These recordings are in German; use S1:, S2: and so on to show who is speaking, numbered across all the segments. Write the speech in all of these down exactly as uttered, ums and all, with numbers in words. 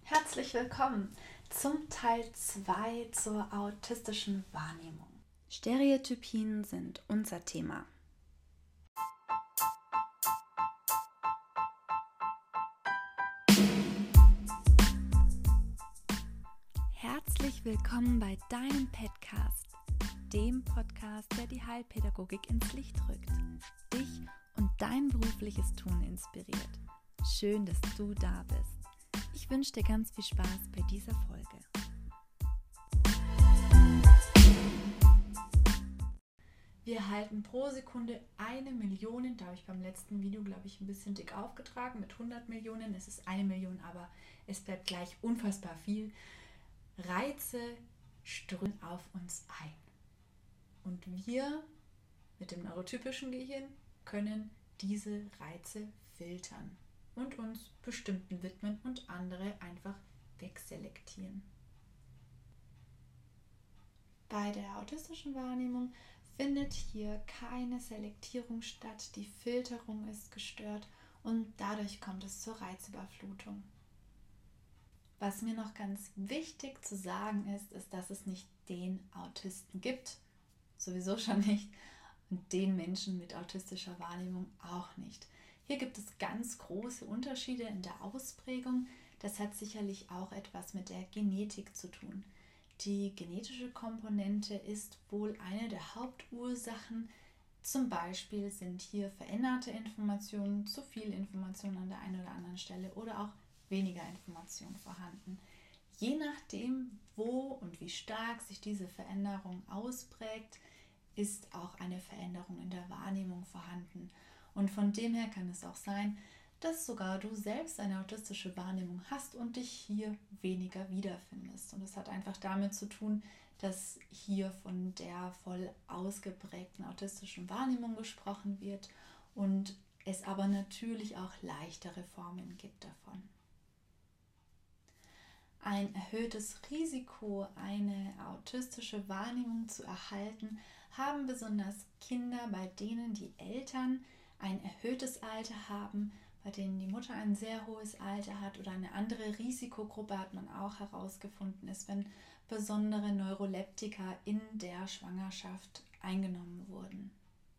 S1: Herzlich willkommen zum Teil zwei zur autistischen Wahrnehmung.
S2: Stereotypien sind unser Thema. Herzlich willkommen bei deinem Petcast, dem Podcast, der die Heilpädagogik ins Licht rückt, dich und dein berufliches Tun inspiriert. Schön, dass du da bist. Ich wünsche dir ganz viel Spaß bei dieser Folge.
S1: Wir halten pro Sekunde eine Million, da habe ich beim letzten Video, glaube ich, ein bisschen dick aufgetragen mit hundert Millionen. Es ist eine Million, aber es bleibt gleich unfassbar viel. Reize strömen auf uns ein. Und wir mit dem neurotypischen Gehirn können diese Reize filtern und uns bestimmten widmen und andere einfach wegselektieren. Bei der autistischen Wahrnehmung findet hier keine Selektierung statt, die Filterung ist gestört und dadurch kommt es zur Reizüberflutung. Was mir noch ganz wichtig zu sagen ist, ist, dass es nicht den Autisten gibt, sowieso schon nicht, und den Menschen mit autistischer Wahrnehmung auch nicht. Hier gibt es ganz große Unterschiede in der Ausprägung. Das hat sicherlich auch etwas mit der Genetik zu tun. Die genetische Komponente ist wohl eine der Hauptursachen. Zum Beispiel sind hier veränderte Informationen, zu viel Information an der einen oder anderen Stelle oder auch weniger Information vorhanden. Je nachdem, wo und wie stark sich diese Veränderung ausprägt, ist auch eine Veränderung in der Wahrnehmung vorhanden. Und von dem her kann es auch sein, dass sogar du selbst eine autistische Wahrnehmung hast und dich hier weniger wiederfindest. Und das hat einfach damit zu tun, dass hier von der voll ausgeprägten autistischen Wahrnehmung gesprochen wird und es aber natürlich auch leichtere Formen gibt davon. Ein erhöhtes Risiko, eine autistische Wahrnehmung zu erhalten, haben besonders Kinder, bei denen die Eltern ein erhöhtes Alter haben, bei denen die Mutter ein sehr hohes Alter hat oder eine andere Risikogruppe, hat man auch herausgefunden, ist, wenn besondere Neuroleptika in der Schwangerschaft eingenommen wurden.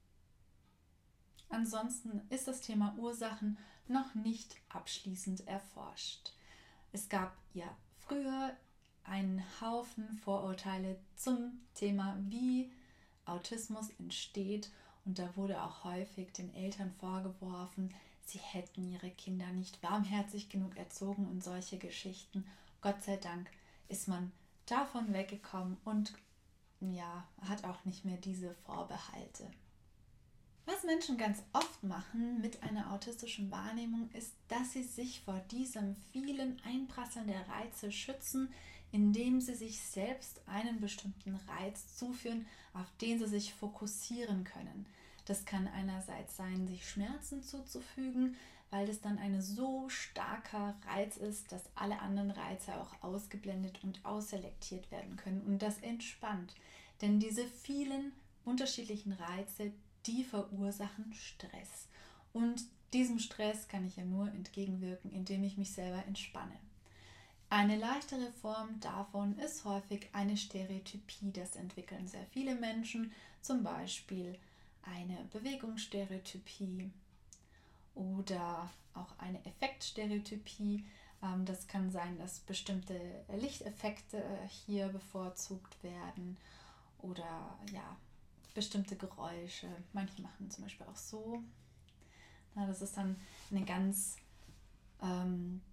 S1: Ansonsten ist das Thema Ursachen noch nicht abschließend erforscht. Es gab ja früher einen Haufen Vorurteile zum Thema, wie Autismus entsteht. Und da wurde auch häufig den Eltern vorgeworfen, sie hätten ihre Kinder nicht warmherzig genug erzogen und solche Geschichten. Gott sei Dank ist man davon weggekommen und ja, hat auch nicht mehr diese Vorbehalte. Was Menschen ganz oft machen mit einer autistischen Wahrnehmung ist, dass sie sich vor diesem vielen Einprasseln der Reize schützen, indem sie sich selbst einen bestimmten Reiz zuführen, auf den sie sich fokussieren können. Das kann einerseits sein, sich Schmerzen zuzufügen, weil das dann ein so starker Reiz ist, dass alle anderen Reize auch ausgeblendet und ausselektiert werden können. Und das entspannt, denn diese vielen unterschiedlichen Reize, die verursachen Stress. Und diesem Stress kann ich ja nur entgegenwirken, indem ich mich selber entspanne. Eine leichtere Form davon ist häufig eine Stereotypie. Das entwickeln sehr viele Menschen, zum Beispiel eine Bewegungsstereotypie oder auch eine Effektstereotypie. Das kann sein, dass bestimmte Lichteffekte hier bevorzugt werden oder ja, bestimmte Geräusche. Manche machen zum Beispiel auch so. Na, das ist dann eine ganz, ähm,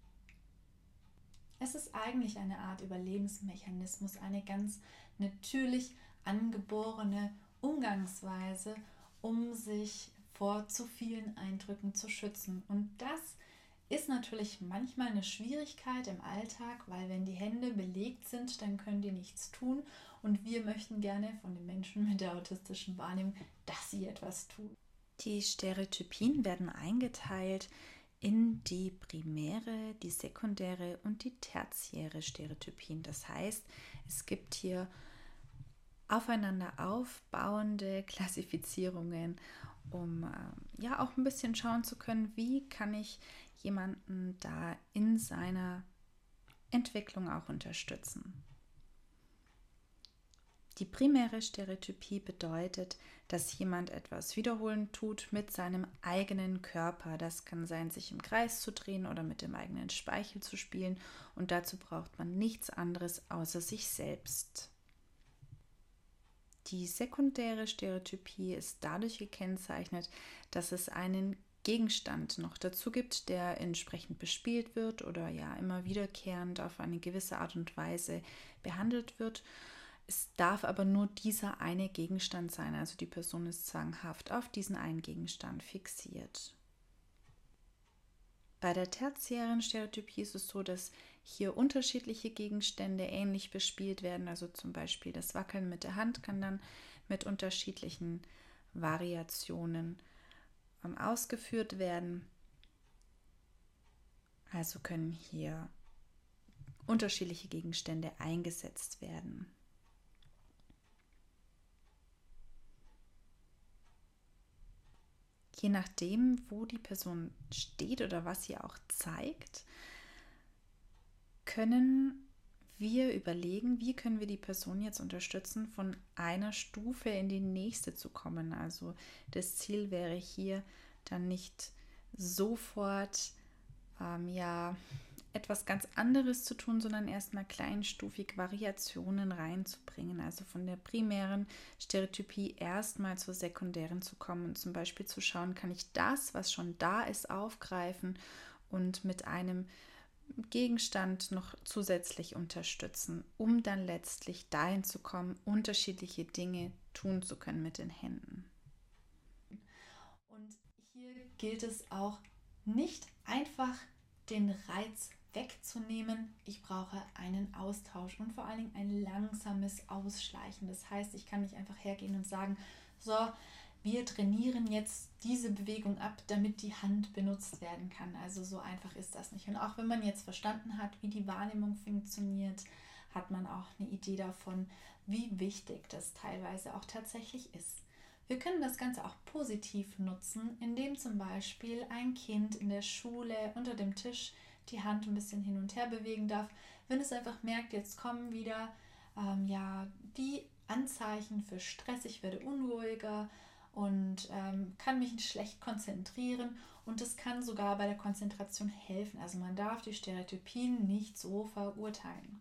S1: es ist eigentlich eine Art Überlebensmechanismus, eine ganz natürlich angeborene Umgangsweise, um sich vor zu vielen Eindrücken zu schützen. Und das ist natürlich manchmal eine Schwierigkeit im Alltag, weil wenn die Hände belegt sind, dann können die nichts tun. Und wir möchten gerne von den Menschen mit der autistischen Wahrnehmung, dass sie etwas tun.
S2: Die Stereotypien werden eingeteilt in die primäre, die sekundäre und die tertiäre Stereotypien. Das heißt, es gibt hier aufeinander aufbauende Klassifizierungen, um äh, ja auch ein bisschen schauen zu können, wie kann ich jemanden da in seiner Entwicklung auch unterstützen. Die primäre Stereotypie bedeutet, dass jemand etwas wiederholend tut mit seinem eigenen Körper. Das kann sein, sich im Kreis zu drehen oder mit dem eigenen Speichel zu spielen. Und dazu braucht man nichts anderes außer sich selbst. Die sekundäre Stereotypie ist dadurch gekennzeichnet, dass es einen Gegenstand noch dazu gibt, der entsprechend bespielt wird oder ja immer wiederkehrend auf eine gewisse Art und Weise behandelt wird. Es darf aber nur dieser eine Gegenstand sein, also die Person ist zwanghaft auf diesen einen Gegenstand fixiert. Bei der tertiären Stereotypie ist es so, dass hier unterschiedliche Gegenstände ähnlich bespielt werden, also zum Beispiel das Wackeln mit der Hand kann dann mit unterschiedlichen Variationen ähm, ausgeführt werden. Also können hier unterschiedliche Gegenstände eingesetzt werden. Je nachdem, wo die Person steht oder was sie auch zeigt, können wir überlegen, wie können wir die Person jetzt unterstützen, von einer Stufe in die nächste zu kommen. Also das Ziel wäre hier dann nicht sofort ähm, ja, etwas ganz anderes zu tun, sondern erstmal kleinstufig Variationen reinzubringen. Also von der primären Stereotypie erstmal zur sekundären zu kommen und zum Beispiel zu schauen, kann ich das, was schon da ist, aufgreifen und mit einem Gegenstand noch zusätzlich unterstützen, um dann letztlich dahin zu kommen, unterschiedliche Dinge tun zu können mit den Händen.
S1: Und hier gilt es auch nicht einfach den Reiz wegzunehmen. Ich brauche einen Austausch und vor allen Dingen ein langsames Ausschleichen. Das heißt, ich kann nicht einfach hergehen und sagen, so, wir trainieren jetzt diese Bewegung ab, damit die Hand benutzt werden kann. Also so einfach ist das nicht. Und auch wenn man jetzt verstanden hat, wie die Wahrnehmung funktioniert, hat man auch eine Idee davon, wie wichtig das teilweise auch tatsächlich ist. Wir können das Ganze auch positiv nutzen, indem zum Beispiel ein Kind in der Schule unter dem Tisch die Hand ein bisschen hin und her bewegen darf, wenn es einfach merkt, jetzt kommen wieder ähm, ja, die Anzeichen für Stress, ich werde unruhiger und ähm, kann mich nicht schlecht konzentrieren und das kann sogar bei der Konzentration helfen. Also man darf die Stereotypien nicht so verurteilen.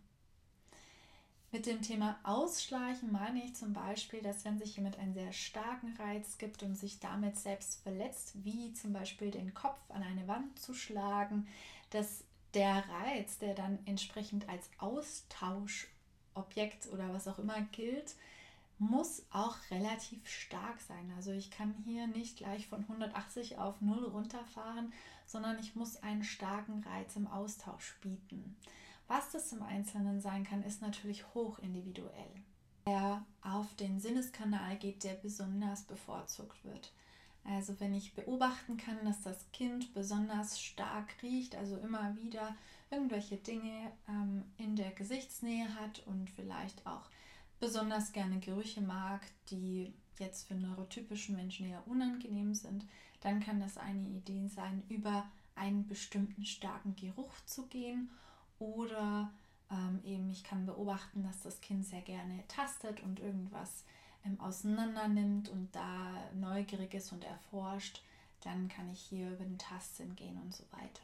S1: Mit dem Thema Ausschleichen meine ich zum Beispiel, dass wenn sich jemand einen sehr starken Reiz gibt und sich damit selbst verletzt, wie zum Beispiel den Kopf an eine Wand zu schlagen, dass der Reiz, der dann entsprechend als Austauschobjekt oder was auch immer gilt, muss auch relativ stark sein. Also ich kann hier nicht gleich von hundertachtzig auf null runterfahren, sondern ich muss einen starken Reiz im Austausch bieten. Was das im Einzelnen sein kann, ist natürlich hoch individuell. Der auf den Sinneskanal geht, der besonders bevorzugt wird. Also wenn ich beobachten kann, dass das Kind besonders stark riecht, also immer wieder irgendwelche Dinge ähm, in der Gesichtsnähe hat und vielleicht auch besonders gerne Gerüche mag, die jetzt für neurotypischen Menschen eher unangenehm sind, dann kann das eine Idee sein, über einen bestimmten starken Geruch zu gehen. Oder ähm, eben ich kann beobachten, dass das Kind sehr gerne tastet und irgendwas ähm, auseinander nimmt und da neugierig ist und erforscht. Dann kann ich hier über den Tastsinn gehen und so weiter.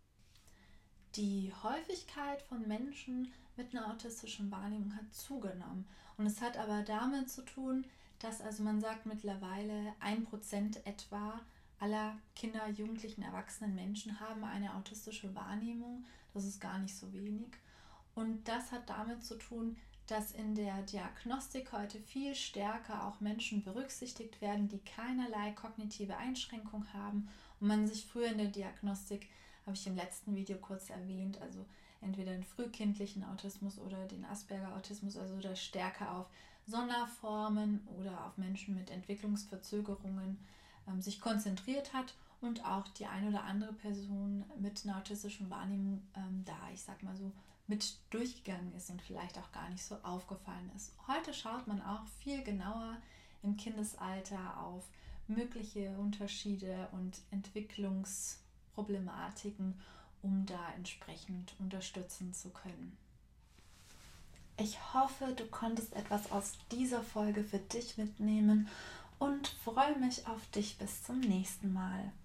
S1: Die Häufigkeit von Menschen mit einer autistischen Wahrnehmung hat zugenommen. Und es hat aber damit zu tun, dass also man sagt mittlerweile ein Prozent etwa aller Kinder, Jugendlichen, erwachsenen Menschen haben eine autistische Wahrnehmung. Das ist gar nicht so wenig. Und das hat damit zu tun, dass in der Diagnostik heute viel stärker auch Menschen berücksichtigt werden, die keinerlei kognitive Einschränkung haben. Und man sich früher in der Diagnostik, habe ich im letzten Video kurz erwähnt, also entweder den frühkindlichen Autismus oder den Asperger-Autismus, also da stärker auf Sonderformen oder auf Menschen mit Entwicklungsverzögerungen ähm, sich konzentriert hat und auch die eine oder andere Person mit einer autistischen Wahrnehmung ähm, da, ich sag mal so, mit durchgegangen ist und vielleicht auch gar nicht so aufgefallen ist. Heute schaut man auch viel genauer im Kindesalter auf mögliche Unterschiede und Entwicklungsproblematiken um da entsprechend unterstützen zu können. Ich hoffe, du konntest etwas aus dieser Folge für dich mitnehmen und freue mich auf dich bis zum nächsten Mal.